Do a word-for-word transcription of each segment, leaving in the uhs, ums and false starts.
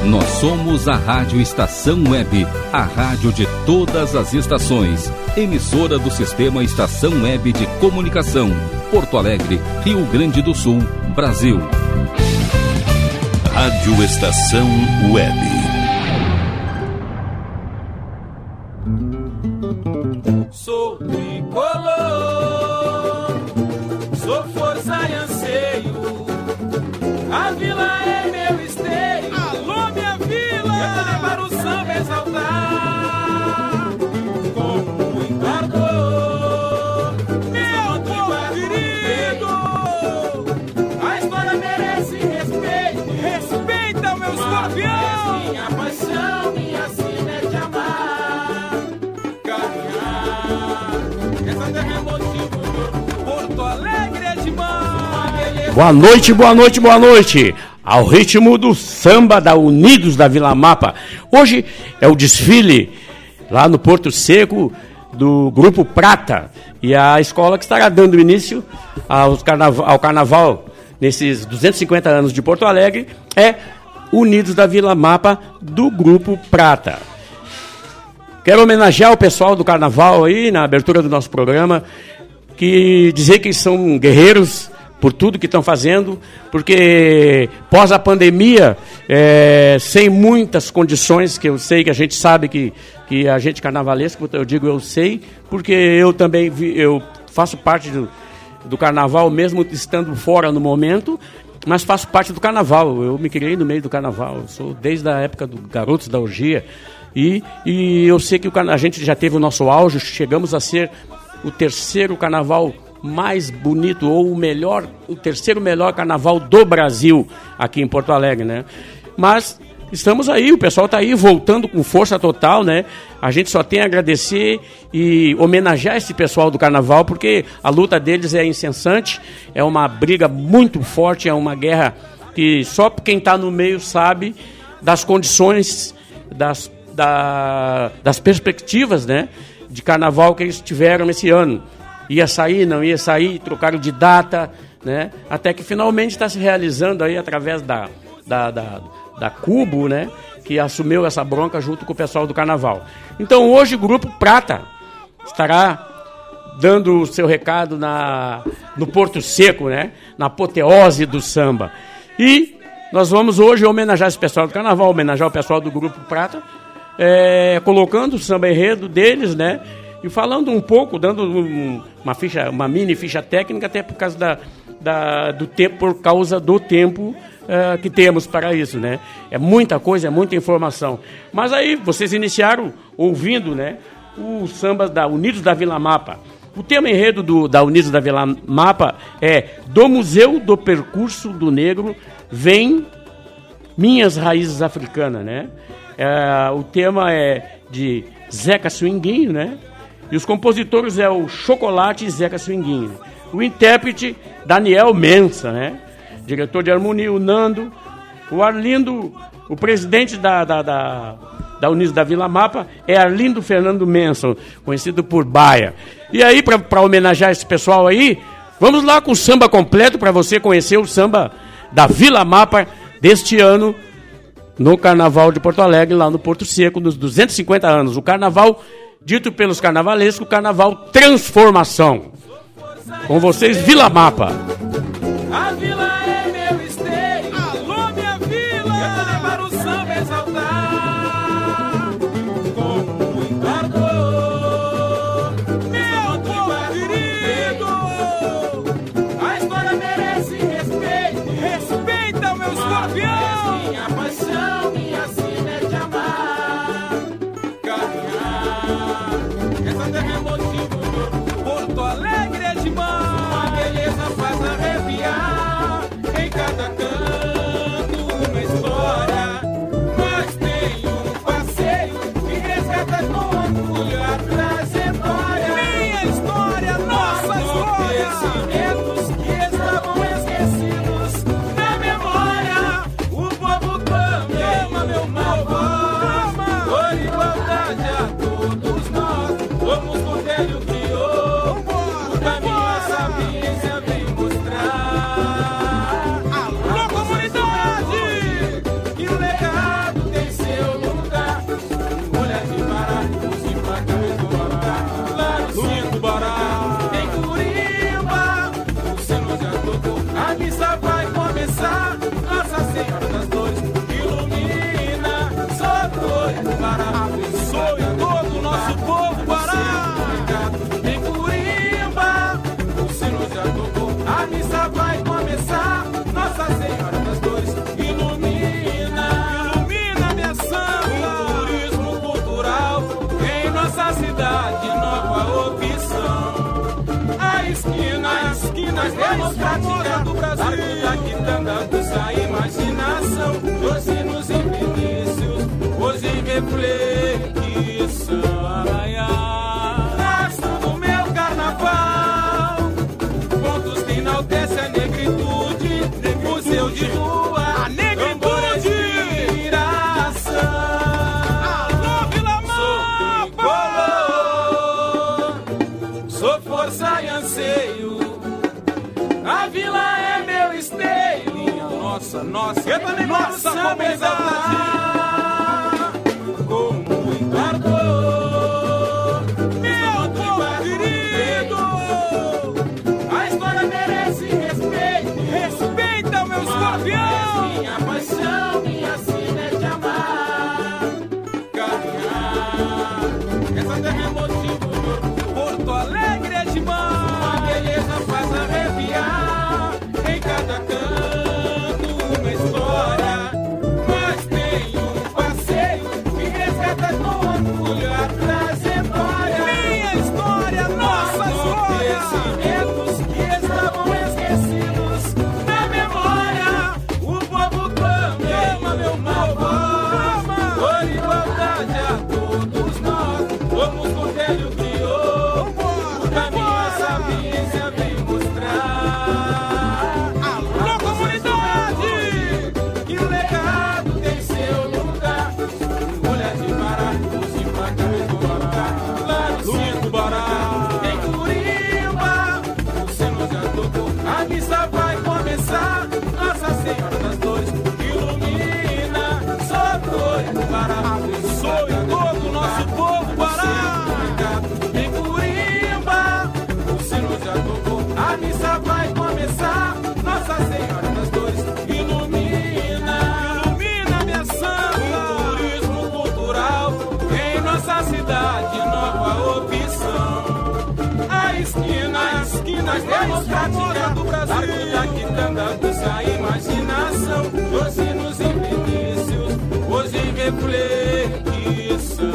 Nós somos a Rádio Estação Web, a rádio de todas as estações. Emissora do Sistema Estação Web de Comunicação. Porto Alegre, Rio Grande do Sul, Brasil. Rádio Estação Web. Sou tricolor, sou força e anseio. A vila é meu esteio. Alô, minha vila! Eu vou levar o samba exaltar com muito ardor. Meu povo querido, a história merece respeito. Respeita o meu escorpião. Minha paixão, minha sina é de amar. Caminhar, essa terra é motivo de Porto Alegre é demais. Boa noite, boa noite, boa noite. Ao ritmo do samba da Unidos da Vila Mapa. Hoje é o desfile lá no Porto Seco do Grupo Prata. E a escola que estará dando início aos carnaval, ao carnaval nesses duzentos e cinquenta anos de Porto Alegre é Unidos da Vila Mapa do Grupo Prata. Quero homenagear o pessoal do carnaval aí na abertura do nosso programa, que dizer que são guerreiros por tudo que estão fazendo, porque pós a pandemia, é, sem muitas condições, que eu sei que a gente sabe que, que a gente carnavalesco, eu digo eu sei, porque eu também vi, eu faço parte do, do carnaval, mesmo estando fora no momento, mas faço parte do carnaval, eu me criei no meio do carnaval, eu sou desde a época do Garotos da Orgia, e, e eu sei que o, a gente já teve o nosso auge, chegamos a ser o terceiro carnaval mais bonito, ou o melhor, o terceiro melhor carnaval do Brasil, aqui em Porto Alegre, né? Mas estamos aí, o pessoal está aí voltando com força total, né? A gente só tem a agradecer e homenagear esse pessoal do carnaval, porque a luta deles é incessante, é uma briga muito forte, é uma guerra que só quem está no meio sabe das condições, das, da, das perspectivas, né, de carnaval que eles tiveram esse ano. Ia sair, não ia sair, trocaram de data, né? Até que finalmente está se realizando aí através da, da, da, da Cubo, né? Que assumiu essa bronca junto com o pessoal do carnaval. Então hoje o Grupo Prata estará dando o seu recado na, no Porto Seco, né? Na apoteose do samba. E nós vamos hoje homenagear esse pessoal do carnaval, homenagear o pessoal do Grupo Prata, é, colocando o samba enredo deles, né? E falando um pouco, dando um, uma ficha, uma mini ficha técnica, até por causa da, da, do tempo, por causa do tempo uh, que temos para isso, né? É muita coisa, é muita informação. Mas aí vocês iniciaram ouvindo, né, o samba da Unidos da Vila Mapa. O tema enredo do, da Unidos da Vila Mapa é: do Museu do Percurso do Negro vem minhas raízes africanas, né? É, o tema é de Zeca Swinguinho, né? E os compositores é o Chocolate e Zeca Swinguinho. O intérprete, Daniel Mensa, né? Diretor de harmonia, o Nando. O Arlindo, o presidente da, da, da, da Unidos da Vila Mapa é Arlindo Fernando Mensa, conhecido por Baia. E aí, para homenagear esse pessoal aí, vamos lá com o samba completo para você conhecer o samba da Vila Mapa deste ano no Carnaval de Porto Alegre, lá no Porto Seco, nos duzentos e cinquenta anos. O Carnaval dito pelos carnavalescos, o Carnaval Transformação. Com vocês, Vila Mapa. A vila é meu esteio. Alô, minha vila! Eu vou levar o samba exaltar com muito ardor. Meu povo querido, a história merece respeito. Respeita o meu escorpião. Minha paixão, minha sina é de amar. Caminhar, essa terra é motivo de Porto Alegre é demais. Uma beleza faz arrepiar em cada canto uma história. Mas tem um passeio que resgata com orgulho a trajetória. Minha história, nossa história. Acontecimentos que estavam esquecidos na memória. O nossa, nossa, nossa comunidade. Com muito ardor, meu povo querido, a história merece respeito. Respeita o meu escorpião. Minha paixão, minha sina é de amar. Caminhar, essa terra é motivo de orgulho. Porto Alegre é de mar. A beleza faz arrepiar. Em cada canto uma história. Mas tem um passeio que resgata com orgulho a trajetória. Minha história, nossa história. Acontecimentos que estavam esquecidos na memória. O povo clama, clama meu povo, clama por igualdade a todos nós. Vamos com o velho criou, o caminho essa ciência vem mostrar. Alô, comunidade! Que o legado tem seu lugar. Olha de Maracus e faca retomar. Lá no Cinco Bará, em Curiba, o sino já tocou. A missa vai começar. Nossa Senhora das Dores ilumina. Só dores do Bará. Abençoe todo o nosso povo Bará. Em Curiba, o sino já tocou. A missa vai começar. Nossa Senhora das Dores ilumina. Ilumina minha santa. O turismo cultural em nossa cidade, nova opção. A esquina, a esquina democrática do Brasil. Da quitanda, aguça imaginação. Doce nos indícios, hoje reflexão.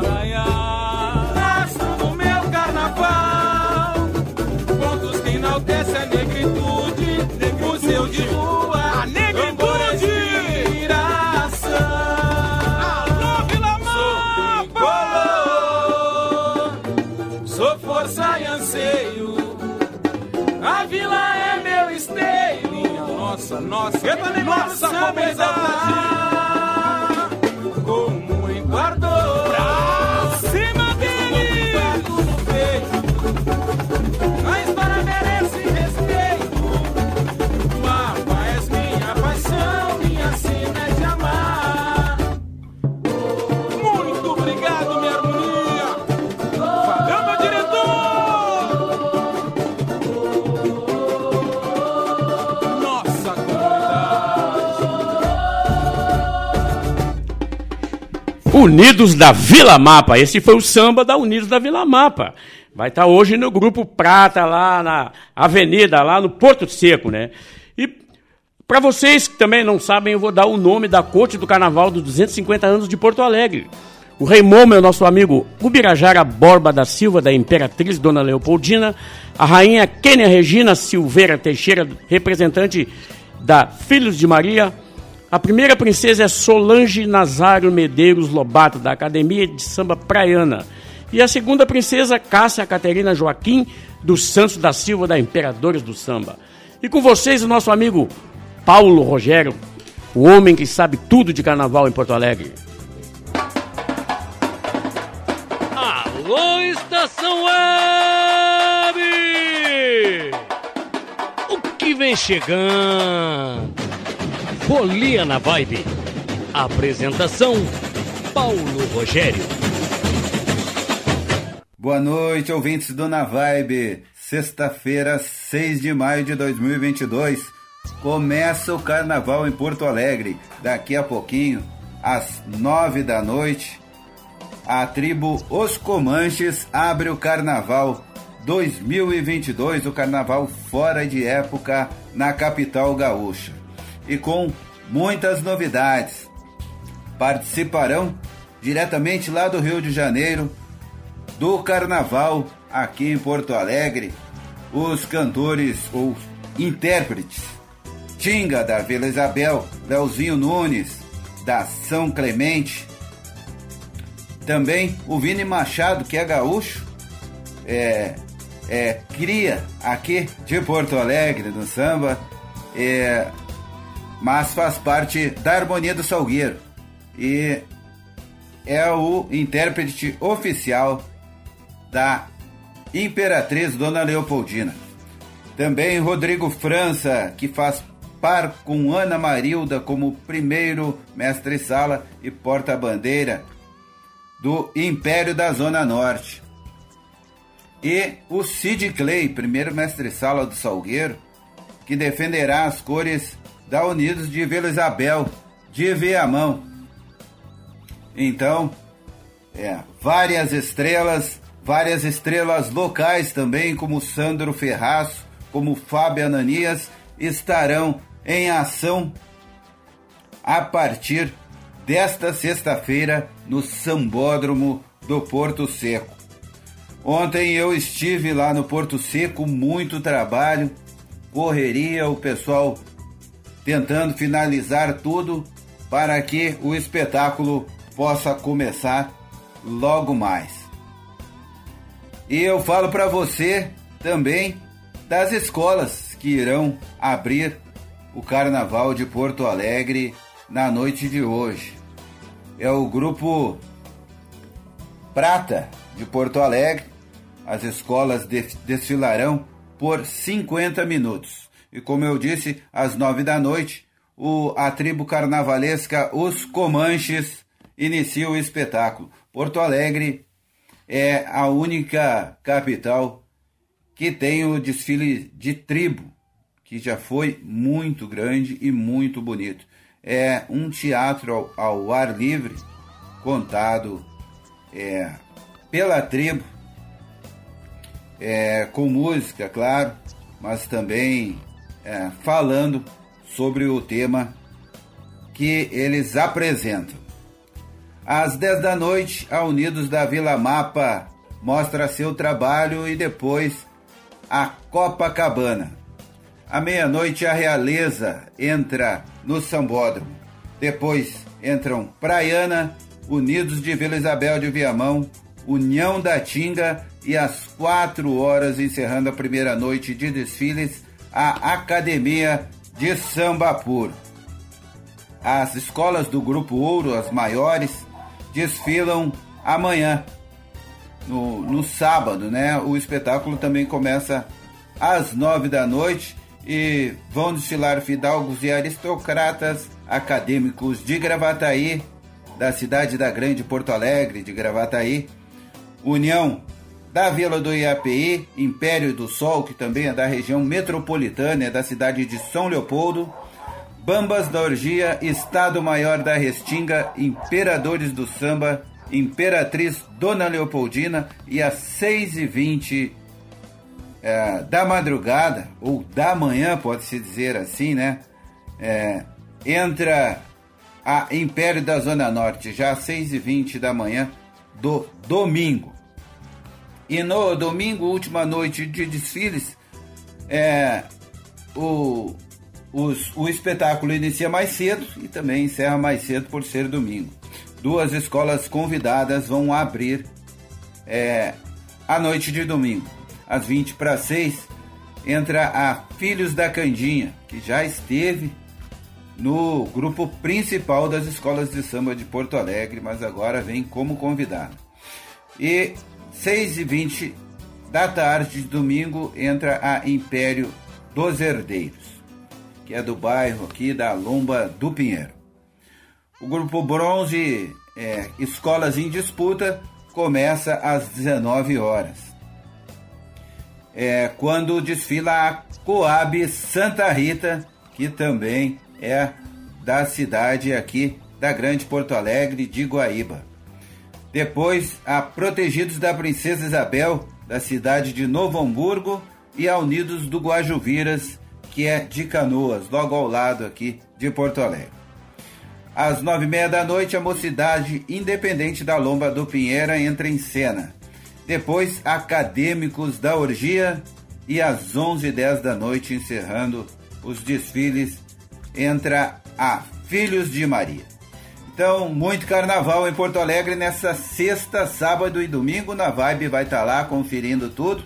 Nasço no meu carnaval. Pontos que enaltecem a negritude. Museu de rua, a negritude. Inspiração. Alô, Vila Mapa! Sou força e anseio. A vila é meu esteio. Minha nossa, nossa, nossa comunidade. Com muito ardor. Pra cima dele! No peito. A história merece respeito. Mapa és minha paixão, minha sina é de amar. Muito obrigado, minha harmonia. Valeu, meu diretor! Nossa comunidade. Unidos da Vila Mapa. Esse foi o samba da Unidos da Vila Mapa. Vai estar hoje no Grupo Prata, lá na Avenida, lá no Porto Seco, né? E para vocês que também não sabem, eu vou dar o nome da corte do Carnaval dos duzentos e cinquenta anos de Porto Alegre. O Rei Momo é o nosso amigo Ubirajara Borba da Silva, da Imperatriz Dona Leopoldina. A Rainha Kênia Regina Silveira Teixeira, representante da Filhos de Maria. A primeira princesa é Solange Nazário Medeiros Lobato, da Academia de Samba Praiana. E a segunda princesa, Cássia Caterina Joaquim dos Santos da Silva, da Imperadores do Samba. E com vocês, o nosso amigo Paulo Rogério, o homem que sabe tudo de carnaval em Porto Alegre. Alô, Estação Web! O que vem chegando? Folia na Vibe. Apresentação, Paulo Rogério. Boa noite, ouvintes do Na Vibe. Sexta-feira, seis de maio de dois mil e vinte e dois. Começa o Carnaval em Porto Alegre. Daqui a pouquinho, às nove da noite, a tribo Os Comanches abre o Carnaval dois mil e vinte e dois, o Carnaval fora de época na capital gaúcha. E com muitas novidades. Participarão diretamente lá do Rio de Janeiro do Carnaval aqui em Porto Alegre os cantores ou intérpretes Tinga da Vila Isabel, Leozinho Nunes da São Clemente, também o Vini Machado, que é gaúcho, é, é cria aqui de Porto Alegre no samba, é, mas faz parte da Harmonia do Salgueiro e é o intérprete oficial da Imperatriz Dona Leopoldina. Também Rodrigo França, que faz par com Ana Marilda como primeiro mestre-sala e porta-bandeira do Império da Zona Norte. E o Cid Clay, primeiro mestre-sala do Salgueiro, que defenderá as cores da Unidos de Vila Isabel, de Viamão. Então, é, várias estrelas, várias estrelas locais também, como Sandro Ferraz, como Fábio Ananias, estarão em ação a partir desta sexta-feira no Sambódromo do Porto Seco. Ontem eu estive lá no Porto Seco, muito trabalho, correria, o pessoal tentando finalizar tudo para que o espetáculo possa começar logo mais. E eu falo para você também das escolas que irão abrir o Carnaval de Porto Alegre na noite de hoje. É o Grupo Prata de Porto Alegre. As escolas desfilarão por cinquenta minutos. E como eu disse, às nove da noite, o, a tribo carnavalesca Os Comanches inicia o espetáculo. Porto Alegre é a única capital que tem o desfile de tribo, que já foi muito grande e muito bonito. É um teatro ao, ao ar livre, contado é, pela tribo, é, com música, claro, mas também é, falando sobre o tema que eles apresentam. Às dez da noite, a Unidos da Vila Mapa mostra seu trabalho e depois a Copacabana. À meia-noite, a Realeza entra no Sambódromo. Depois entram Praiana, Unidos de Vila Isabel de Viamão, União da Tinga e às quatro horas, encerrando a primeira noite de desfiles, a Academia de Samba Puro. As escolas do Grupo Ouro, as maiores, desfilam amanhã, no, no sábado, né? O espetáculo também começa às nove da noite e vão desfilar fidalgos e aristocratas acadêmicos de Gravataí, da cidade da Grande Porto Alegre, de Gravataí, União da Vila do I A P I, Império do Sol, que também é da região metropolitana, é da cidade de São Leopoldo, Bambas da Orgia, Estado Maior da Restinga, Imperadores do Samba, Imperatriz Dona Leopoldina, e às seis e vinte é, da madrugada, ou da manhã, pode-se dizer assim, né? É, entra a Império da Zona Norte, já às seis e vinte da manhã do domingo. E no domingo, última noite de desfiles, é, o, os, o espetáculo inicia mais cedo e também encerra mais cedo por ser domingo. Duas escolas convidadas vão abrir é, a noite de domingo. Às vinte para as seis, entra a Filhos da Candinha, que já esteve no grupo principal das escolas de samba de Porto Alegre, mas agora vem como convidada. E seis e vinte da tarde de domingo entra a Império dos Herdeiros, que é do bairro aqui da Lomba do Pinheiro. O grupo Bronze, é, Escolas em Disputa, começa às dezenove horas. É, quando desfila a Coab Santa Rita, que também é da cidade aqui da Grande Porto Alegre, de Guaíba. Depois, a Protegidos da Princesa Isabel, da cidade de Novo Hamburgo, e a Unidos do Guajuviras, que é de Canoas, logo ao lado aqui de Porto Alegre. Às nove e meia da noite, a Mocidade Independente da Lomba do Pinheira entra em cena. Depois, Acadêmicos da Orgia, e às onze e dez da noite, encerrando os desfiles, entra a Filhos de Maria. Então, muito carnaval em Porto Alegre nessa sexta, sábado e domingo. Na Vibe vai estar lá conferindo tudo.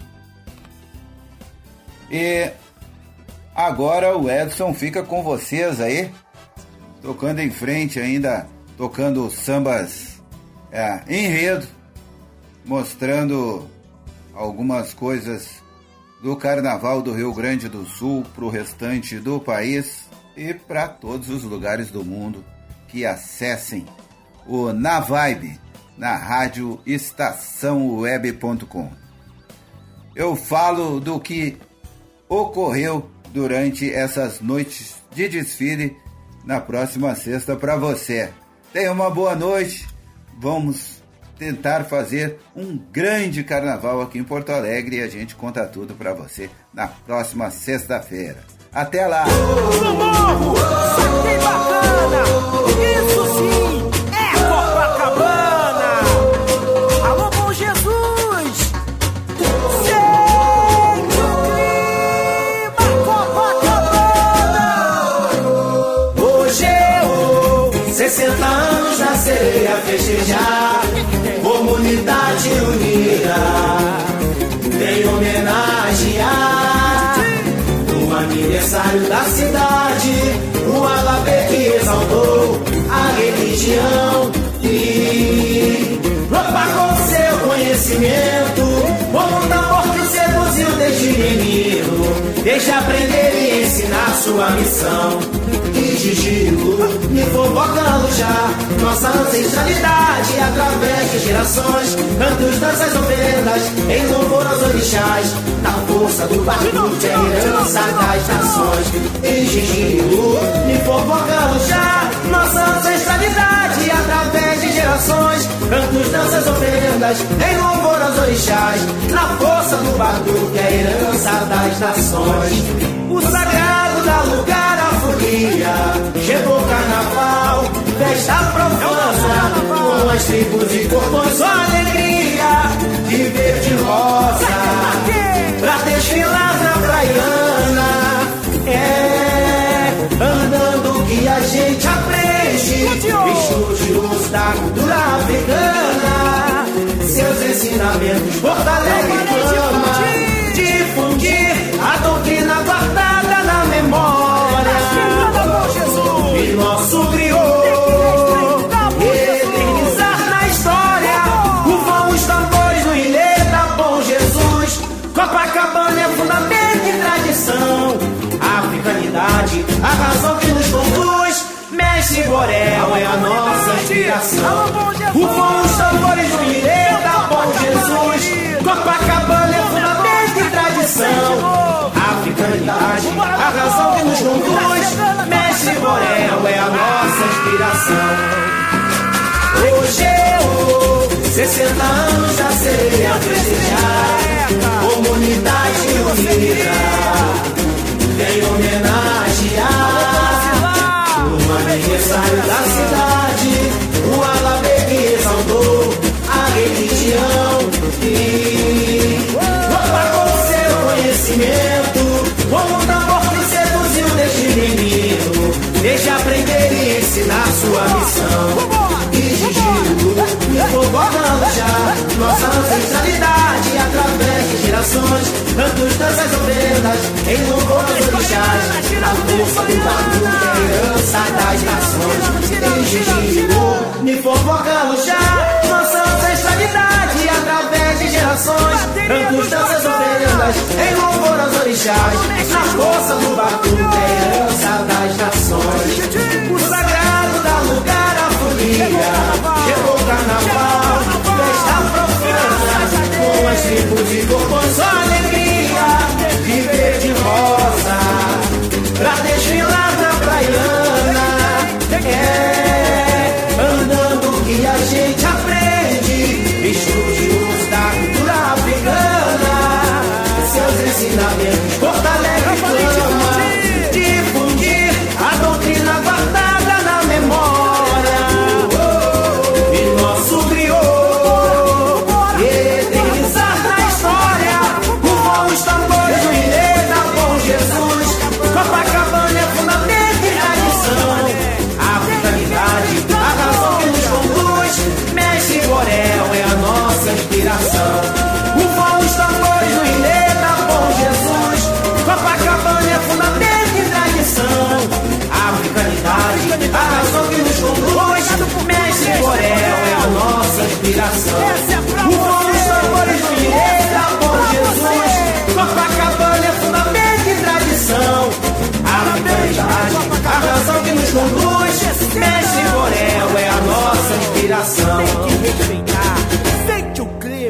E agora o Edson fica com vocês aí, tocando em frente ainda, tocando sambas é, enredo, mostrando algumas coisas do Carnaval do Rio Grande do Sul para o restante do país e para todos os lugares do mundo que acessem o Na Vibe, na rádio estação web ponto com. Eu falo do que ocorreu durante essas noites de desfile na próxima sexta para você. Tenha uma boa noite, vamos tentar fazer um grande carnaval aqui em Porto Alegre e a gente conta tudo para você na próxima sexta-feira. Até lá! No morro, que bacana! Isso sim é Copacabana! Alô, bom Jesus! Sente o clima, Copacabana! Hoje eu, sessenta anos da sereia festejar, comunidade unida, vem homenagear aniversário da cidade, o Alabê que exaltou a religião e roupa com seu conhecimento, como tambor que seduziu desde menino, deixa aprender e ensinar sua missão. E Gigilo me convocando já, nossa ancestralidade através de gerações, cantos, danças, oferendas, em louvor aos orixás, na força do barulho que é herança das nações. E Gigilo me convocando já, nossa ancestralidade através de gerações, cantos, danças, oferendas, em louvor aos orixás, na força do barulho que é herança das nações. O sagrado dá lugar à folia, chegou o carnaval, festa profana, com as tribos e cordões, só alegria de verde e rosa, pra desfilar na praiana, é, andando que a gente aprende, estudos da cultura africana, seus ensinamentos, Porto Alegre clama, difundir a doutrina guardada na memória, e nosso griot eternizar na história, o vão os tambores no ilê da Bom Jesus. Copacabana é fundamento e tradição, a africanidade, a razão que nos conduz, Mestre Borel é a nossa inspiração. O vão os tambores no ilê da Bom Jesus. Copacabana é fundamento e tradição, a africanidade, a razão que nos conduz, Mestre Borel é a nossa inspiração. Hoje eu, sessenta anos da sereia festejar, comunidade unida, vem homenagear o aniversário da cidade, o Alabê que exaltou a religião e roupa com seu conhecimento, como um tambor que seduziu desde menino, deixa aprender e ensinar sua missão. E Gigilo me convocando já, nossa ancestralidade através de gerações, cantos, danças, oferendas, em louvor aos orixás, na força do barulho que é herança das nações. E Gigilo me convocando já, nossa ancestralidade através de gerações, cantos, danças, oferendas, em louvor aos orixás, na força do barulho que é herança das nações. O sagrado dá lugar à folia, chegou o carnaval, festa profana, com as tribos e cordões, só alegria de verde e rosa, pra desfilar na praiana, é, andando que a gente aprende, estúdios da cultura africana, seus ensinamentos, Porto Alegre clama, difundir a doutrina guardada na memória, e nosso griot eternizar na história, o vão os tambores do ilê da Bom Jesus. Copacabana é fundamento e tradição, a africanidade, a razão que nos conduz, Mestre Borel é a nossa inspiração. O vão os tambores do ilê da Bom Jesus. Copacabana é fundamento e tradição, a africanidade, a razão que nos conduz, Mestre Borel é a nossa inspiração. O vão os tambores do ilê da Bom Jesus. Copacabana é fundamento e tradição, a africanidade, a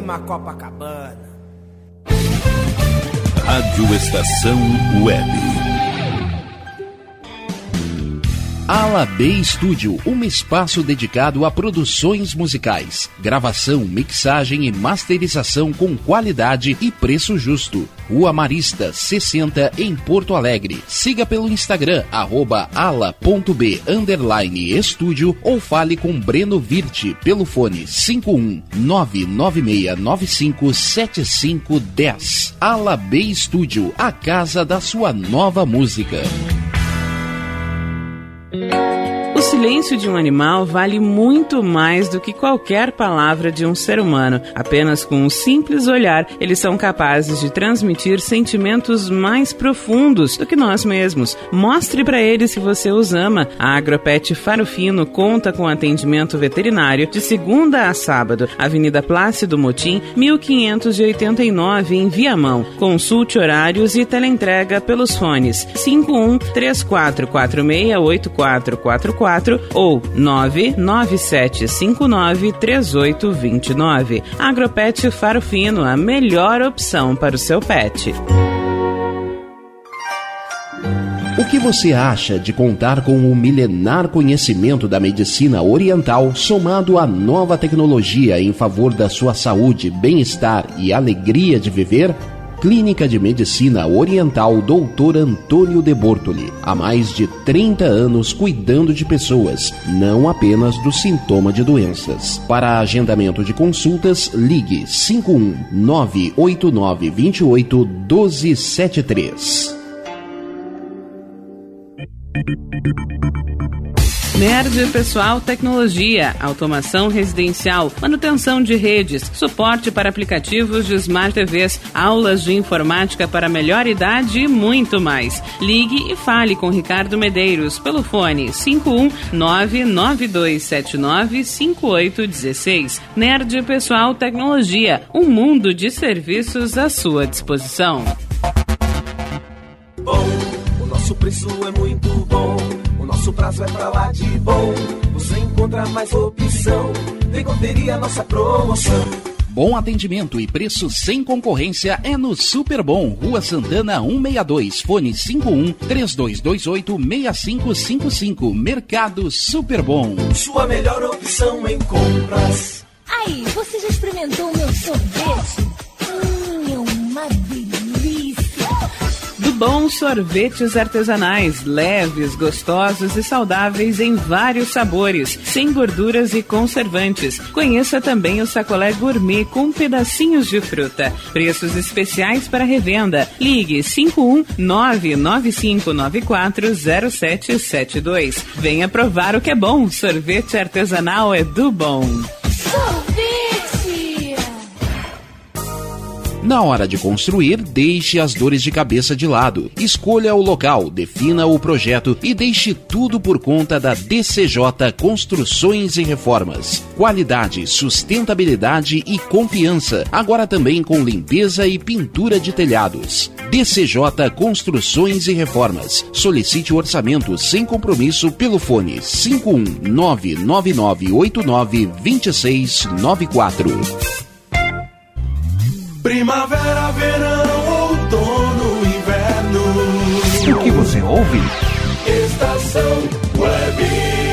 Clima Copacabana. Rádio Estação Web. Ala B Studio, um espaço dedicado a produções musicais, gravação, mixagem e masterização com qualidade e preço justo. Rua Marista, sessenta, em Porto Alegre. Siga pelo Instagram, arroba ala.b underline estúdio ou fale com Breno Virte pelo fone cinco um nove nove seis nove cinco sete cinco um zero. Ala B Studio, a casa da sua nova música. O silêncio de um animal vale muito mais do que qualquer palavra de um ser humano. Apenas com um simples olhar, eles são capazes de transmitir sentimentos mais profundos do que nós mesmos. Mostre para eles se você os ama. A Agropet Faro Fino conta com atendimento veterinário de segunda a sábado. Avenida Plácido Motim, mil quinhentos e oitenta e nove, em Viamão. Consulte horários e teleentrega pelos fones cinco um três quatro quatro seis oito quatro quatro quatro ou nove nove sete cinco nove três oito dois nove. Agropet Faro Fino, a melhor opção para o seu pet. O que você acha de contar com o milenar conhecimento da medicina oriental somado à nova tecnologia em favor da sua saúde, bem-estar e alegria de viver? Clínica de Medicina Oriental doutor Antônio de Bortoli. Há mais de trinta anos cuidando de pessoas, não apenas do sintoma de doenças. Para agendamento de consultas, ligue cinco um nove oito nove dois oito um dois sete três. Nerd Pessoal Tecnologia, automação residencial, manutenção de redes, suporte para aplicativos de Smart T Vs, aulas de informática para melhor idade e muito mais. Ligue e fale com Ricardo Medeiros pelo fone cinco um nove nove dois sete nove cinco oito um seis. Nerd Pessoal Tecnologia, um mundo de serviços à sua disposição. Bom, o nosso preço é muito bom. Nosso prazo é pra lá de bom. Você encontra mais opção. Vem conferir a nossa promoção. Bom atendimento e preço sem concorrência é no Super Bom, Rua Santana cento e sessenta e dois, fone cinco um três dois dois oito seis cinco cinco cinco. Mercado Super Bom. Sua melhor opção em compras. Aí, você já experimentou o meu sorvete? Hum, é uma delícia. Do Bom Sorvetes Artesanais, leves, gostosos e saudáveis em vários sabores, sem gorduras e conservantes. Conheça também o sacolé gourmet com pedacinhos de fruta. Preços especiais para revenda. Ligue cinco um nove nove cinco nove quatro zero sete sete dois. Venha provar o que é bom. Sorvete artesanal é do Bom. Sorvete! Na hora de construir, deixe as dores de cabeça de lado. Escolha o local, defina o projeto e deixe tudo por conta da D C J Construções e Reformas. Qualidade, sustentabilidade e confiança. Agora também com limpeza e pintura de telhados. D C J Construções e Reformas. Solicite o orçamento sem compromisso pelo fone cinco um nove nove nove oito nove dois seis nove quatro. Primavera, verão, outono, inverno. O que você ouve? Estação Web.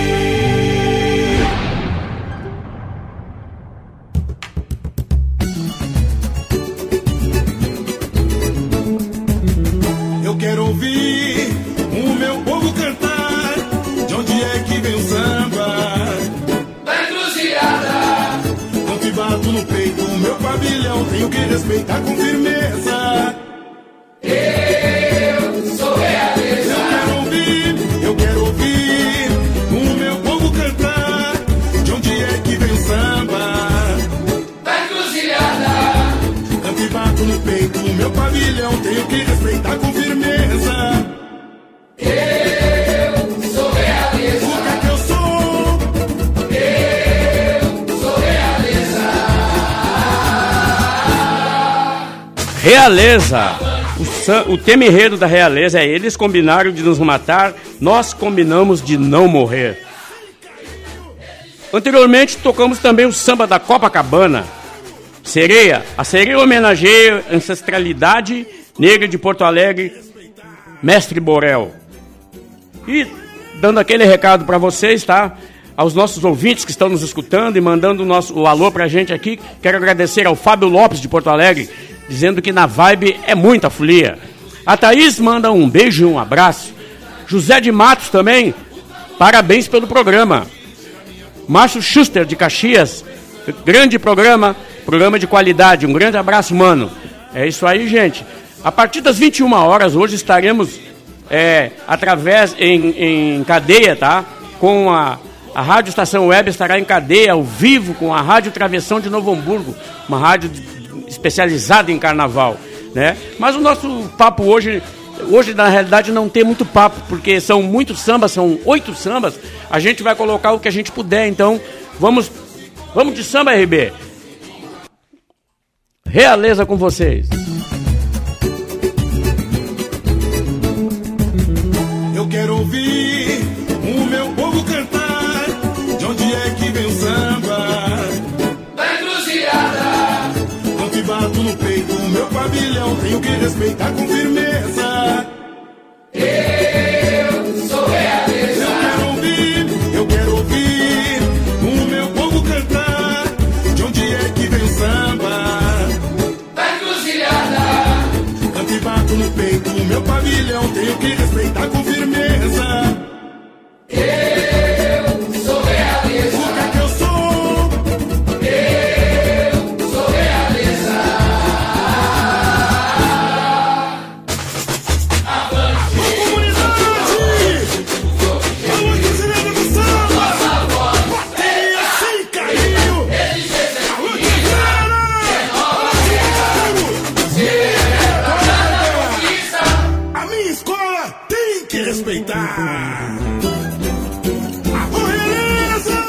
Eu quero ouvir o meu povo cantar. De onde é que vem o samba? Da encruzilhada. Não te bato no peito. Meu pavilhão, tenho que respeitar com firmeza. Eu sou realeza. Eu quero ouvir, eu quero ouvir o meu povo cantar. De onde é que vem o samba? Da encruzilhada. Canto e bato no peito, meu pavilhão, tenho que respeitar com firmeza. Eu sou realeza. O que é que eu sou? Eu sou realeza. Realeza. O, san, o tema enredo da Realeza é: eles combinaram de nos matar, nós combinamos de não morrer. Anteriormente tocamos também o samba da Copacabana. Sereia. A Sereia homenageia a ancestralidade negra de Porto Alegre, Mestre Borel. E dando aquele recado para vocês, tá? Aos nossos ouvintes que estão nos escutando e mandando o, nosso, o alô pra gente aqui, quero agradecer ao Fábio Lopes de Porto Alegre, dizendo que na Vibe é muita folia. A Thaís manda um beijo e um abraço. José de Matos também, parabéns pelo programa. Márcio Schuster de Caxias, grande programa, programa de qualidade, um grande abraço, mano. É isso aí, gente. A partir das vinte e uma horas, hoje estaremos é, através, em, em cadeia, tá? Com a, a Rádio Estação Web estará em cadeia, ao vivo, com a Rádio Travessão de Novo Hamburgo, uma rádio especializada em carnaval, né? Mas o nosso papo hoje, hoje na realidade não tem muito papo, porque são muitos sambas, são oito sambas, a gente vai colocar o que a gente puder, então vamos, vamos de samba, R B. Realeza com vocês. Eu quero ouvir o meu povo cantar. De onde é que vem o samba? Da encruzilhada. Quando bato no peito, o meu pavilhão tenho que respeitar com firmeza. Eu sou realeza. Eu quero ouvir, eu quero ouvir o meu povo cantar. De onde é que vem o samba? Da encruzilhada. Quando bato no peito, o meu pavilhão tenho que respeitar com firmeza. Eu sou realeza. O que é que eu sou? Eu sou realeza. Avante. A comunidade! Alô, Cruzilhada do Samba! Bateria sem carinho! Alô, Cruzilhada! A minha escola tem que respeitar! Alô, Realeza!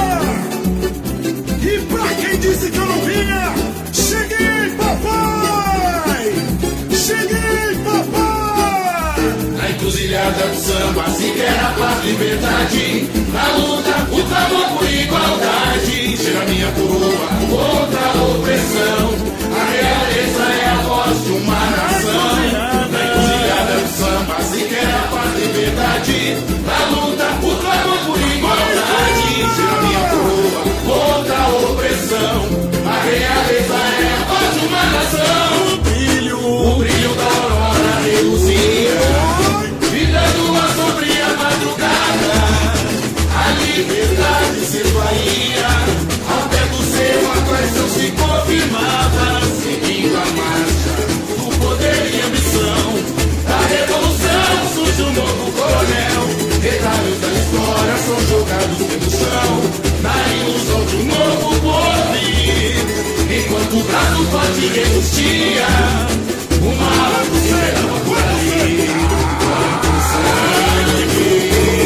E pra quem disse que eu não vinha, cheguei, papai! Cheguei, papai! Na encruzilhada do samba se quer a paz e liberdade. Na luta, o clamor por igualdade. Chega a minha coroa contra a opressão. A realeza é a voz de uma nação. Na encruzilhada do samba se quer a paz e liberdade. Na luta, o clamor por igualdade. Chega a minha coroa contra a opressão. A realeza é a voz de uma nação. O brilho, O brilho da aurora reluzia, virando a sombria madrugada. A liberdade se esvaía, ao pé do seu a traição se confirmava. Seguindo a marcha do poder e ambição, da revolução surge um novo coronel. Retalhos da história são jogados pelo chão, na ilusão de um novo porvir. Enquanto o braço forte resistia, uma alma se eleva por ali. Quanto sangue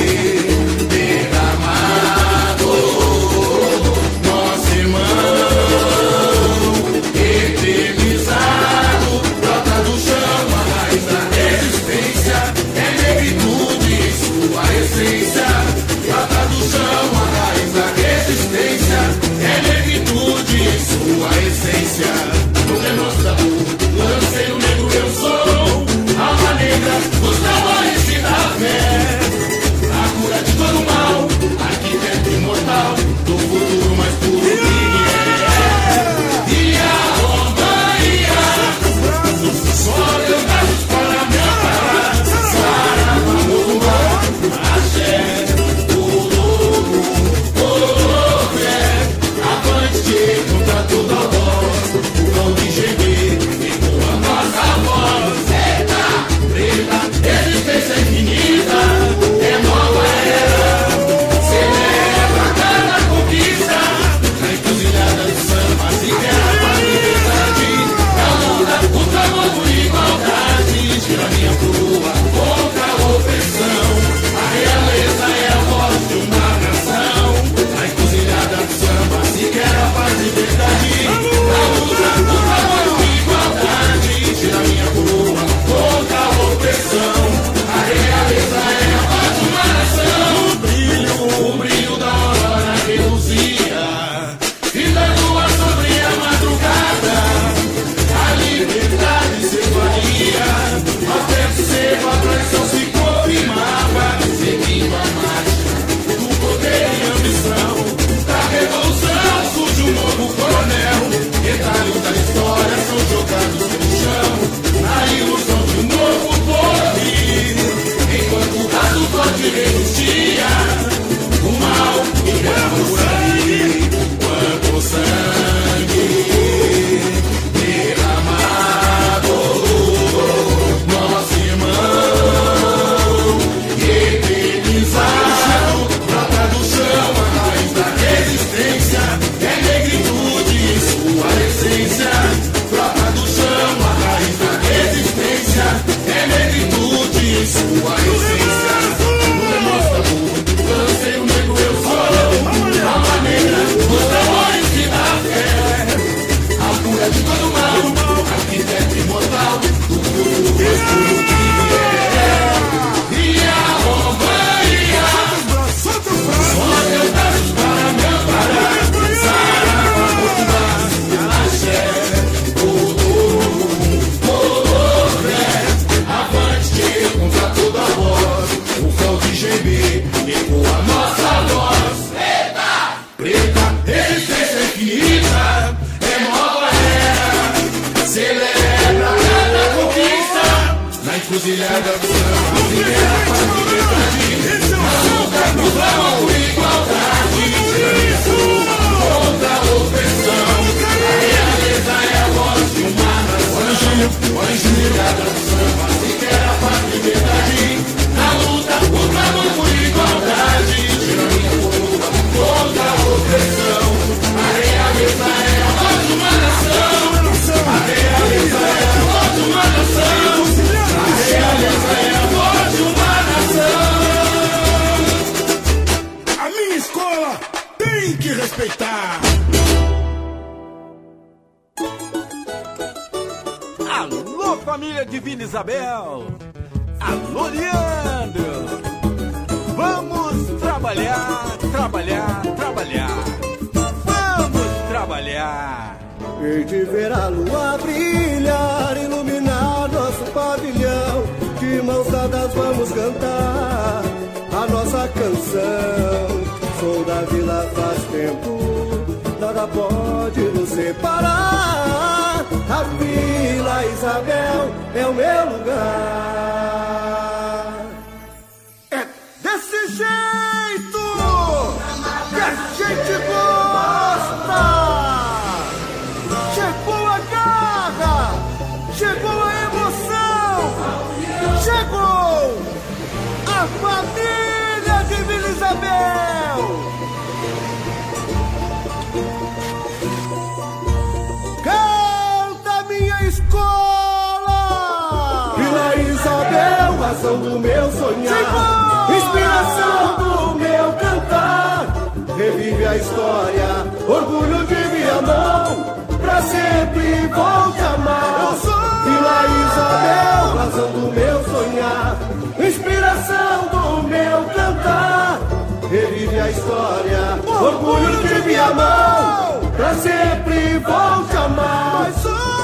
derramado, nosso irmão eternizado, brota do chão a raiz da resistência. É negritude sua essência, brota do chão a raiz da resistência. É negritude sua essência. No remorso da dor, e derrama por aí. Quanto sangue derramado, nosso irmão eternizado, brota do chão, a raiz da resistência, é negritude sua essência. Brota do chão, a raiz da resistência, é negritude sua essência. No demonstra puro, canseio negro eu sou, alma negra, os demônios que dá fé, a cura de todo mal, arquiteto imortal, do puro escuro que é. E a romania, só Deus braços para me amparar, Sarava, Potiguar, Axé, contra toda a voz, o fel de G B ecoa a nossa voz. Preta, preta, resistência infinita, é nova era, celebra cada conquista, na encruzilhada do samba, libera para a liberdade, na luta cruzão, igualdade, contra a opressão, a realeza é a voz de uma nação. Olha encruzilhada do samba, liberdade, na luta contra a mão por igualdade, tirania coroa contra a opressão, a realeza é a voz de uma nação, a realeza é a voz de uma nação, a realeza é a voz de uma nação. A minha escola tem que respeitar. Alô, família Divina Isabel! Alô, Leandro! Vamos trabalhar, trabalhar, trabalhar! Vamos trabalhar! E de ver a lua brilhar, iluminar nosso pavilhão, de mãos dadas vamos cantar a nossa canção. Sou da vila faz tempo, nada pode nos separar. A Vila Isabel é o meu lugar. É desse jeito que a gente gosta. Chegou a garra, chegou a emoção, chegou a família de Vila Isabel. Escola! Vila Isabel, razão do meu sonhar, inspiração do meu cantar. Revive a história, orgulho de Viamão, pra sempre vou te amar. Vila Isabel, razão do meu sonhar, inspiração do meu cantar. Revive a história, orgulho de Viamão, pra sempre vou te amar.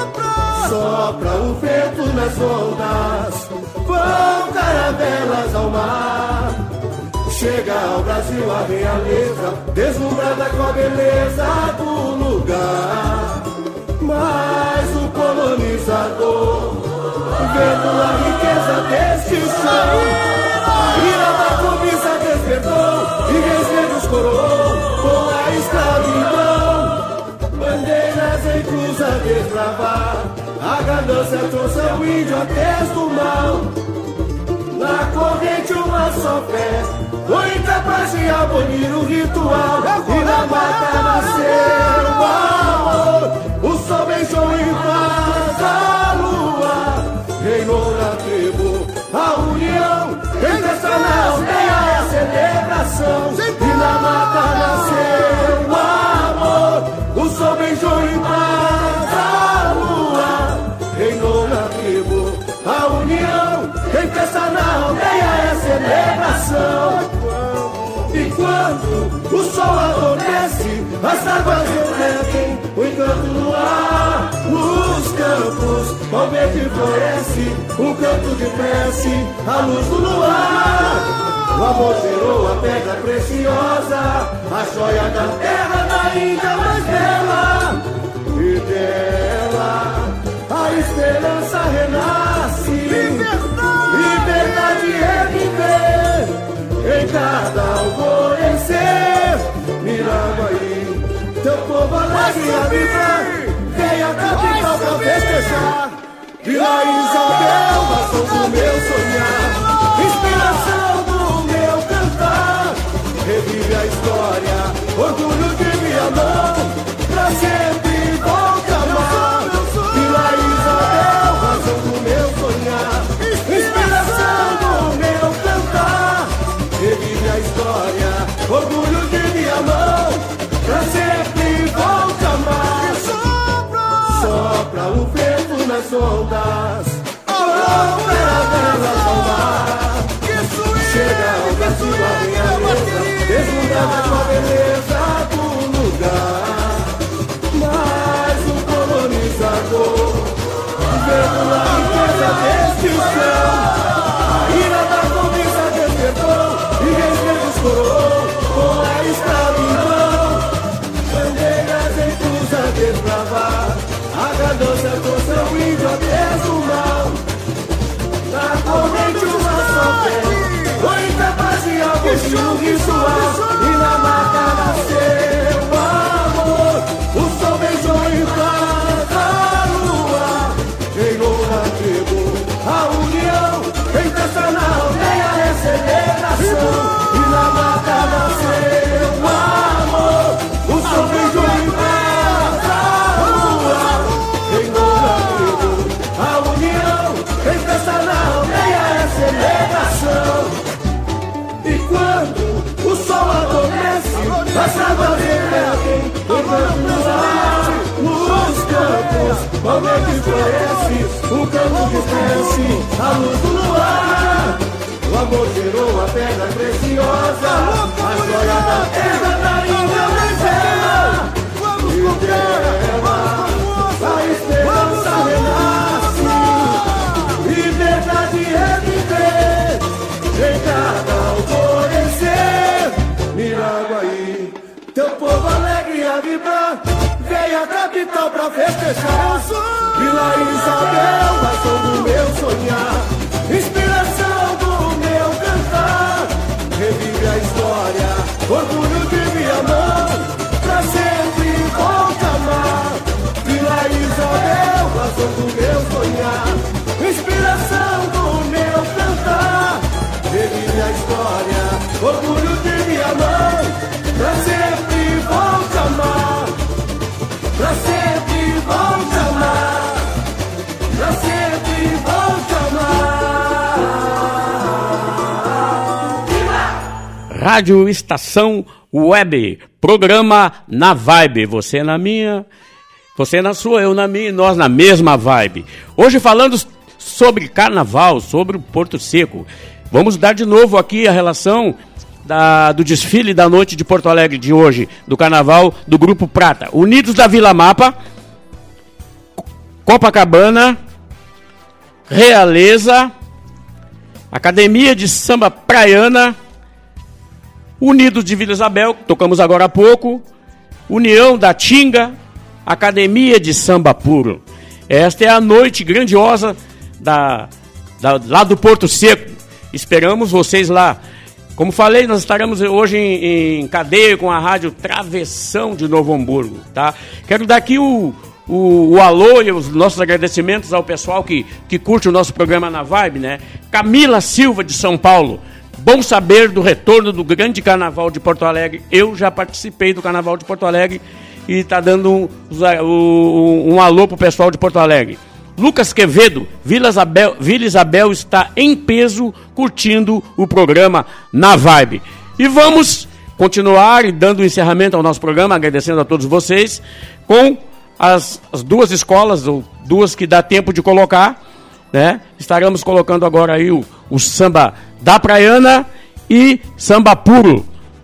Sopra o vento nas ondas, vão caravelas ao mar. Chega ao Brasil a realeza, deslumbrada com a beleza do lugar. Mas o colonizador, vendo a riqueza deste chão, a ira da cobiça despertou e reis negros coroou com a escravidão. Bandeiras em cruz a desbravar, a ganância trouxe ao índio a tez do mal. Na corrente uma só fé, foi incapaz de abolir o ritual. E na mata nasceu o amor, o sol beijou em paz a lua. Reinou na tribo a união, em festa na aldeia é a celebração. E na mata nasceu o amor, o sol beijou em paz a lua. Reinou na tribo a união, em festa na aldeia é celebração. E quando o sol adormece, as águas refletem o encanto no ar. Nos campos, ao verde floresce um canto de prece, a luz do luar. O amor gerou a pedra preciosa, a joia da terra da Índia mais bela. E dela a esperança renasce. Liberdade, liberdade é viver em cada alvorecer. alegria vibrar, vem a capital pra festejar. Vila Isabel, razão do meu sonhar, inspiração do meu cantar. Revive a história, orgulho de minha mão, pra sempre volta a amar. Vila Isabel, razão do meu sonhar, inspiração do meu cantar. Revive a história, orgulho de minha mão, pra sempre volta a amar. Sopra o vento nas ondas, sopra a vela salvar. Chega ao Brasil a realeza, deslumbrada com a beleza do lugar. Mas o colonizador vendo a riqueza deste chão, a ira da cobiça despertou e respeito coroou com a escravidão. Bandeiras em cruz a desbravar, a ganância trouxe o índio até do mal. Na corrente uma só fé, foi incapaz de algo visual. E na marca nasceu o amor, o sol beijou em paz a lua. Em honra à tribo, a união, em festa na aldeia é celebração. E na marca nasceu o amor, o sol beijou em paz a lua. Em honra à tribo, a união, em festa na aldeia é celebração. E quando o sol adormece, as águas revertem, tornando no ar, nos campos, o verde floresce, o campo descresce, a luz do luar. O amor gerou a pedra preciosa, a glória da terra da Índia mais bela. E dela, a esperança renasce, liberdade é viver em cada alvorecer. Miraguaí, teu povo alegre a vibrar, veio a capital pra festejar. Vila Isabel, razão do meu sonhar, inspiração do meu cantar. Revive a história, orgulho de minha mão, pra sempre volta a amar. Vila Isabel, razão do meu sonhar, inspiração do meu cantar. Revive a história, orgulho de minha mão, pra sempre volta a amar. Pra sempre volta a amar, pra sempre volta a amar. Rádio Estação Web, programa Na Vibe, você na minha, você na sua, eu na minha e nós na mesma vibe. Hoje falando sobre carnaval, sobre o Porto Seco. Vamos dar de novo aqui a relação da, do desfile da noite de Porto Alegre de hoje, do carnaval do Grupo Prata. Unidos da Vila Mapa, Copacabana, Realeza, Academia de Samba Praiana, Unidos de Vila Isabel, tocamos agora há pouco, União da Tinga, Academia de Samba Puro. Esta é a noite grandiosa da, da, lá do Porto Seco. Esperamos vocês lá. Como falei, nós estaremos hoje em, em cadeia com a rádio Travessão de Novo Hamburgo, tá? Quero dar aqui o, o, o alô e os nossos agradecimentos ao pessoal que, que curte o nosso programa Na Vibe, né? Camila Silva, de São Paulo. Bom saber do retorno do grande carnaval de Porto Alegre. Eu já participei do carnaval de Porto Alegre e está dando um, um, um alô pro pessoal de Porto Alegre. Lucas Quevedo, Vila Isabel, Vila Isabel está em peso curtindo o programa Na Vibe. E vamos continuar e dando encerramento ao nosso programa, agradecendo a todos vocês, com as, as duas escolas, ou duas que dá tempo de colocar, né? Estaremos colocando agora aí o, o samba da Praiana e samba puro.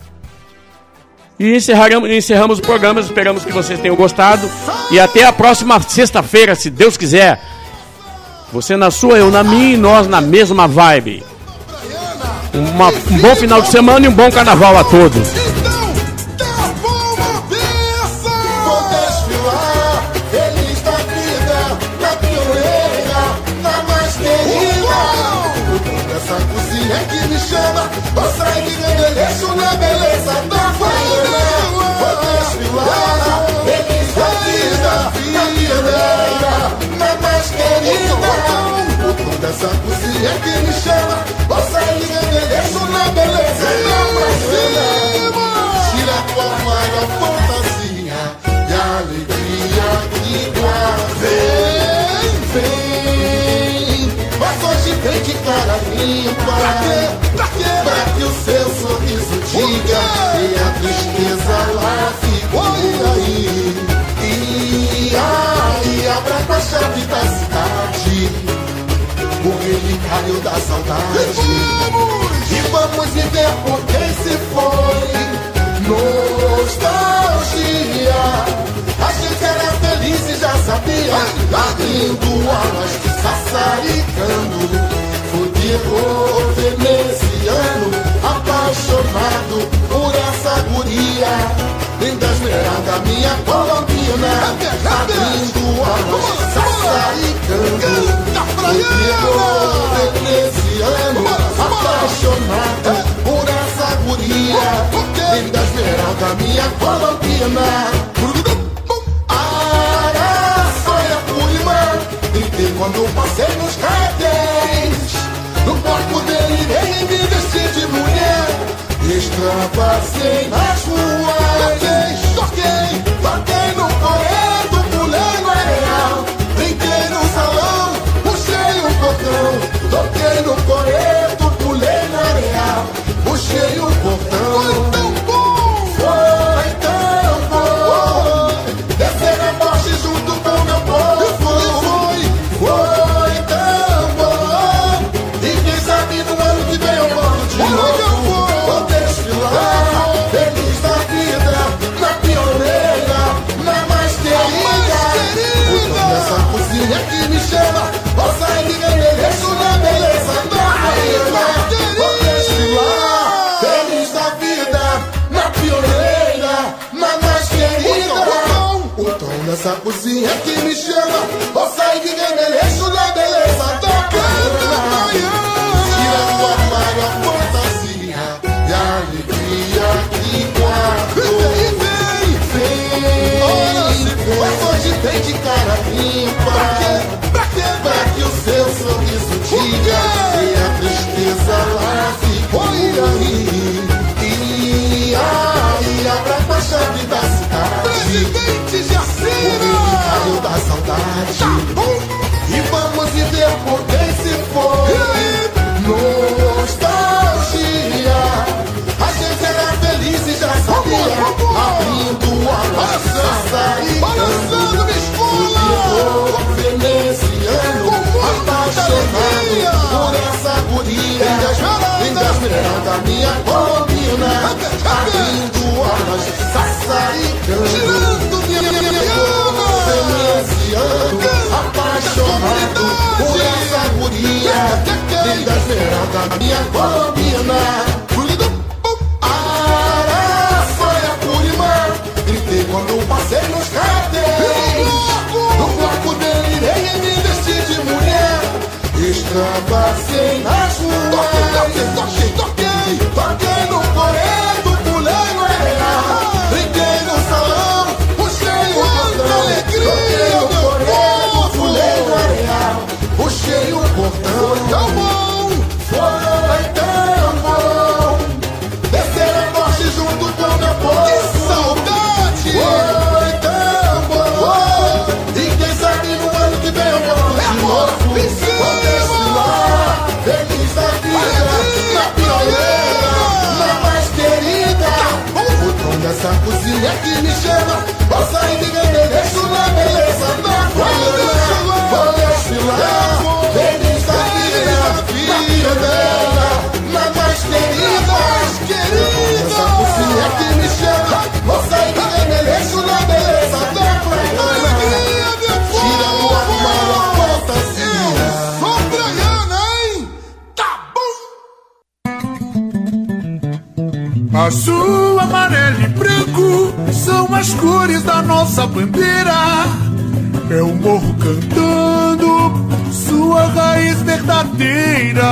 E encerramos, encerramos o programa, esperamos que vocês tenham gostado. E até a próxima sexta-feira, se Deus quiser. Você na sua, eu na minha e nós na mesma vibe. Uma, um bom final de semana e um bom carnaval a todos. É que me chama, mostra que endereço na beleza da família. Vou desfilar, eles que me chama. Vou sair de endereço na beleza da praia. Tira tua maior fantasia e alegria que guardei. Vem, mas hoje vem de cara limpa. Pra quê? Pra quê? Pra que o seu sorriso diga e a tristeza lá fique aí. E aí abra com a chave da cidade o relicário da saudade. E vamos viver por quem se foi. Nostalgia. A gente era feliz e já sabia. Abrindo alas, sassaricando. Fudido veneziano, apaixonado por essa guria. Linda esmeralda, minha colombina. Abrindo alas, sassaricando. Fudido veneziano, apaixonado por essa guria. Linda esmeralda, minha colombina. Araçoia, Purimã. Gritei quando passei nos cartéis. No corpo dele nem me vesti de mulher. Extravasei nas ruas. Toquei, toquei, toquei no correto, pulei no areal. Brinquei no salão, puxei o portão. Toquei no correto, pulei no areal. Puxei o portão. Foi tão bom descer a morte junto com meu povo. Foi, foi tão bom. E quem sabe no ano que vem eu volto de novo. Vou desfilar, feliz da vida, na pioneira, na mais querida. O dono dessa cozinha que me chama. Vou sair de endereço na beleza da rainha. Vou desfilar, feliz da vida, na pioneira, na mais querida. O dono dessa cozinha que me chama. Vou sair de endereço na beleza da rainha. Tira tua maior fantasia e a alegria que guardou. Vem, vem, mas hoje vem de cara limpa. Pra quê? Pra quê? Pra que o seu sorriso diga e a tristeza lá fique aí. E aí abra com a chave da cidade. Presidente Jacira, o relicário da saudade. E vamos viver por quem se foi. Nostalgia. A gente era feliz e já sabia. Abrindo a nossa saída. Balançando minha escola. Veneziano, apaixonado por essa guria. Linda esmeralda, minha colombina. Abrindo alas, sassaricando. Veneziano, apaixonado por essa guria. Linda esmeralda, minha colombina. Araçoia, Purimã. Gritei quando passei nos cartéis. No corpo dele nem me vesti de mulher. Extravasei nas ruas. Toquei, toquei, toquei, toquei no correto, pulei no areal. Brinquei no salão, puxei o portão. Toquei no correto, pulei no areal. Puxei o portão. Tão bom, foi tão bom descer a morte junto com meu povo. Que saudade! Foi tão bom. E quem sabe no ano que vem eu volto de novo. Vou desfilar, feliz da vida, na pioneira, na mais querida. O dono dessa cozinha que me chama. Vou sair de endereço na beleza da praia. Vou desfilar, feliz da vida, na pioneira, na mais querida. Essa cozinha que me chama. Vou sair de endereço na beleza da praia. Tira o armário a fantasia. Sou praiana, hein? Tá bom. Azul, amarelo e branco são as cores da nossa bandeira. É o morro cantando sua raiz verdadeira.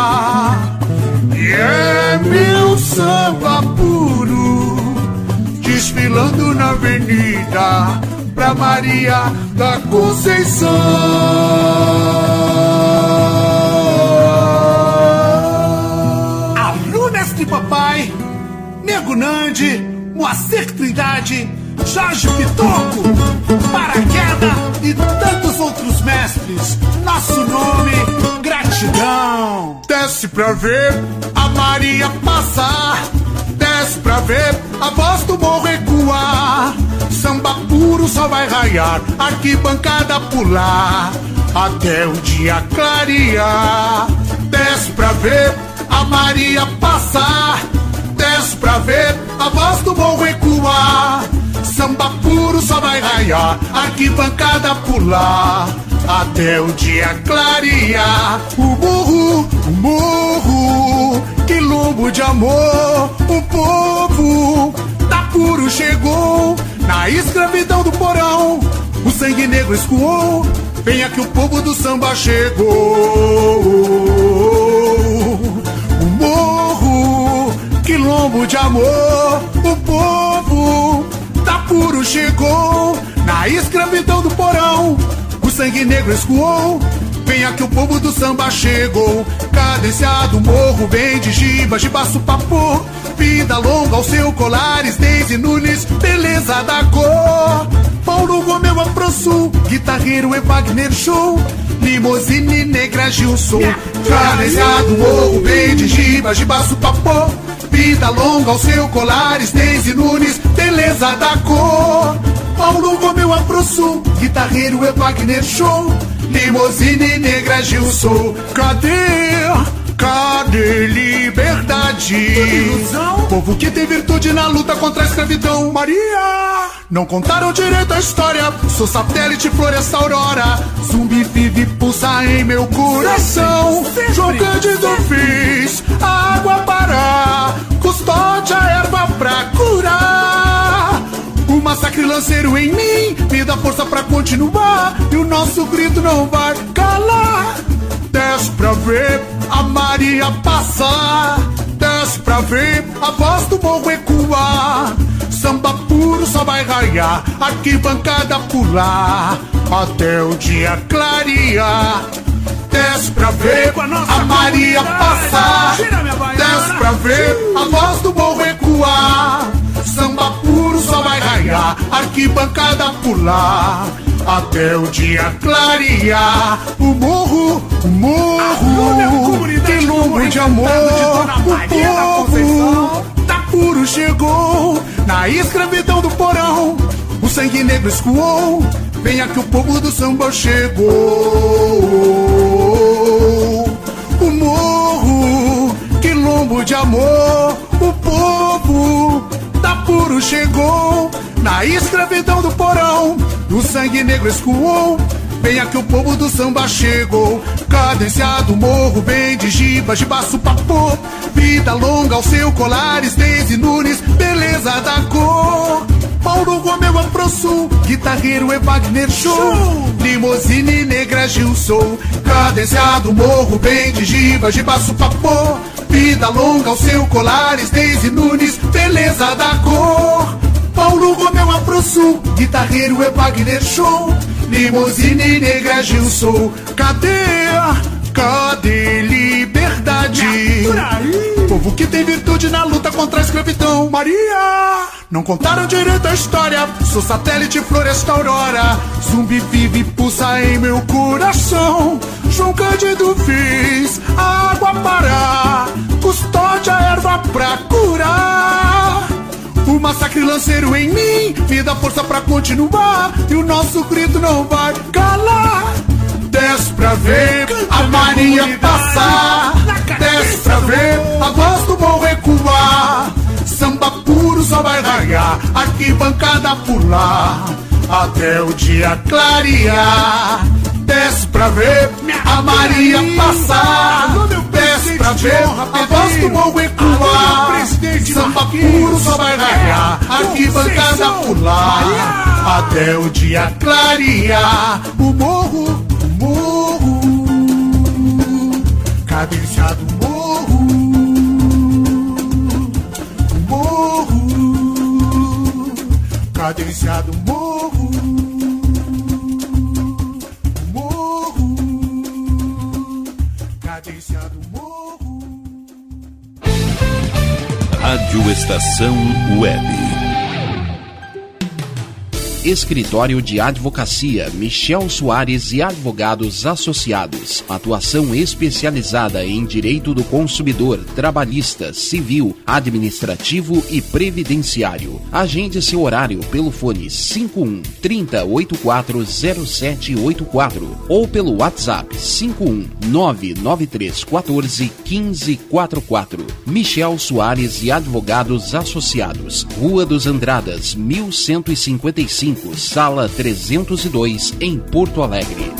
E é meu samba puro desfilando na avenida pra Maria da Conceição. Nego Nandi, Moacir Trindade, Jorge Pitoco, Paraqueda e tantos outros mestres. Nosso nome, gratidão. Desce pra ver a Maria passar, desce pra ver a voz do morro ecoar. Samba puro só vai raiar, arquibancada pular, até o dia clarear. Desce pra ver a Maria passar, desce pra ver a voz do morro ecoar. Samba puro só vai raiar, arquibancada pular, até o dia clarear. O morro, o morro, quilombo de amor. O povo da puro chegou, na escravidão do porão, o sangue negro escoou. Venha que o povo do samba chegou. O morro, quilombo de amor. O povo da puro chegou, na escravidão do porão, o sangue negro escoou. Venha que o povo do samba chegou. Cadenciado morro, vem de Giba, Gibaço Papo. Vida longa ao seu Colares, Deise Nunes, beleza da cor. Paulo Romeu Afro-Sul, guitarreiro é Wagner Show. Limousine Negra Gilson. Cadenciado morro, vem de Giba, Gibaço Papo. Vida longa ao seu Colares, Deise Nunes, beleza da cor. Paulo Romeu Afro-Sul, guitarreiro é Wagner Show. Limousine Negra Gilson. Cadê? Cadê liberdade? Povo que tem virtude na luta contra a escravidão. Maria! Não contaram direito a história. Sou satélite, Floresta Aurora. Zumbi vive, pulsa em meu coração. João Cândido fiz a água parar, custódia, erva pra curar. O massacre lanceiro em mim me dá força pra continuar, e o nosso grito não vai calar. Desce pra ver a Maria passar, desce pra ver a voz do morro ecoar. Samba puro só vai raiar, arquibancada pular, até o dia clarear. Desce pra ver a Maria passar, desce pra ver a voz do morro ecoar. Samba puro só vai raiar, arquibancada pular, até o dia clarear. O morro, o morro, quilombo de amor. O povo da puro chegou, na escravidão do porão, o sangue negro escoou. Venha que o povo do samba chegou. O morro, quilombo de amor. O povo da puro chegou, na escravidão do porão, o sangue negro escoou. Venha que o povo do samba chegou. Cadenciado morro, vem de Giba, Gibaço Papo. Vida longa ao seu Colares, Deise Nunes, beleza da cor. Paulo Romeu Afro-Sul, guitarreiro é Wagner Show. Limousine Negra Gilson. Cadenciado morro, vem de Giba, Gibaço Papo. Vida longa ao seu Colares, Deise Nunes, beleza da cor. Paulo Romeu Afro-Sul, guitarreiro é Wagner Show. Limousine Negra Gilson. Cadê? Cadê liberdade? Povo que tem virtude na luta contra a escravidão. Maria! Não contaram direito a história. Sou satélite, Floresta Aurora. Zumbi vive, pulsa em meu coração. João Cândido fiz a água parar, custódia, erva pra curar. O massacre lanceiro em mim me dá força pra continuar, e o nosso grito não vai calar. Desce pra ver a Maria passar, desce pra ver a voz do morro ecoar. Samba puro só vai raiar, arquibancada pular, até o dia clarear. Desce pra ver a Maria passar, desce pra ver a voz do morro ecoar. Samba puro só vai raiar, arquibancada pular, até o dia clarear. O morro, o morro, cadenciado morro. O morro, cadenciado morro. Rádio Estação Web. Escritório de Advocacia Michel Soares e Advogados Associados. Atuação especializada em direito do consumidor, trabalhista, civil, administrativo e previdenciário. Agende seu horário pelo fone cinco um, trinta, oitenta e quatro, zero sete oito quatro ou pelo WhatsApp cinco um, nove nove três um quatro, um cinco quatro quatro. Michel Soares e Advogados Associados. Rua dos Andradas, mil cento e cinquenta e cinco. Sala trezentos e dois, em Porto Alegre.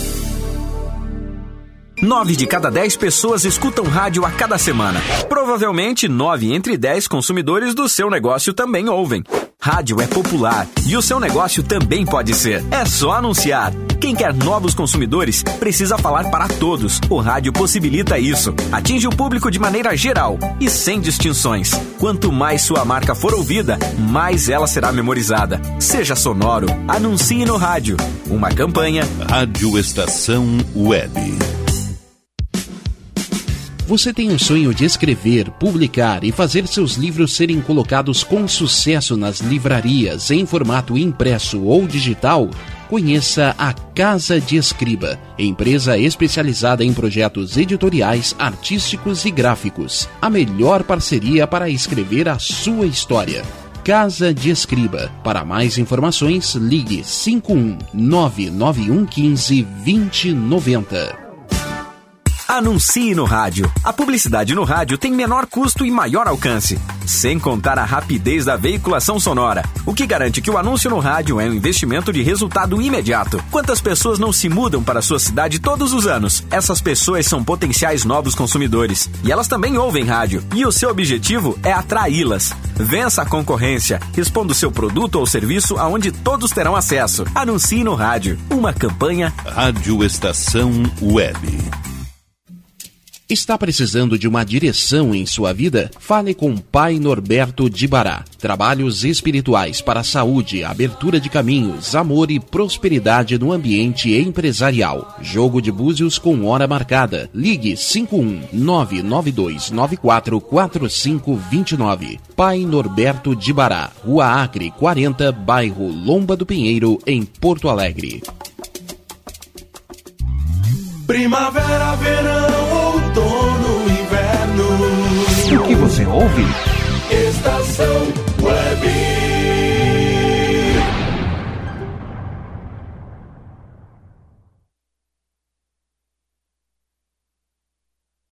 Nove de cada dez pessoas escutam rádio a cada semana. Provavelmente, nove entre dez consumidores do seu negócio também ouvem. Rádio é popular e o seu negócio também pode ser. É só anunciar. Quem quer novos consumidores precisa falar para todos. O rádio possibilita isso. Atinge o público de maneira geral e sem distinções. Quanto mais sua marca for ouvida, mais ela será memorizada. Seja sonoro, anuncie no rádio. Uma campanha Rádio Estação Web. Você tem um sonho de escrever, publicar e fazer seus livros serem colocados com sucesso nas livrarias em formato impresso ou digital? Conheça a Casa de Escriba, empresa especializada em projetos editoriais, artísticos e gráficos. A melhor parceria para escrever a sua história. Casa de Escriba. Para mais informações, ligue cinco um, nove nove um um cinco, dois zero nove zero. Anuncie no rádio. A publicidade no rádio tem menor custo e maior alcance, sem contar a rapidez da veiculação sonora, o que garante que o anúncio no rádio é um investimento de resultado imediato. Quantas pessoas não se mudam para a sua cidade todos os anos? Essas pessoas são potenciais novos consumidores e elas também ouvem rádio. E o seu objetivo é atraí-las. Vença a concorrência. Responda o seu produto ou serviço aonde todos terão acesso. Anuncie no rádio. Uma campanha Rádio Estação Web. Está precisando de uma direção em sua vida? Fale com Pai Norberto de Bará. Trabalhos espirituais para a saúde, abertura de caminhos, amor e prosperidade no ambiente empresarial. Jogo de búzios com hora marcada. Ligue cinco um, nove nove dois nove quatro, quatro cinco dois nove. Pai Norberto de Bará, Rua Acre quarenta, bairro Lomba do Pinheiro, em Porto Alegre. Primavera, verão, outono, inverno. O que você ouve? Estação Web.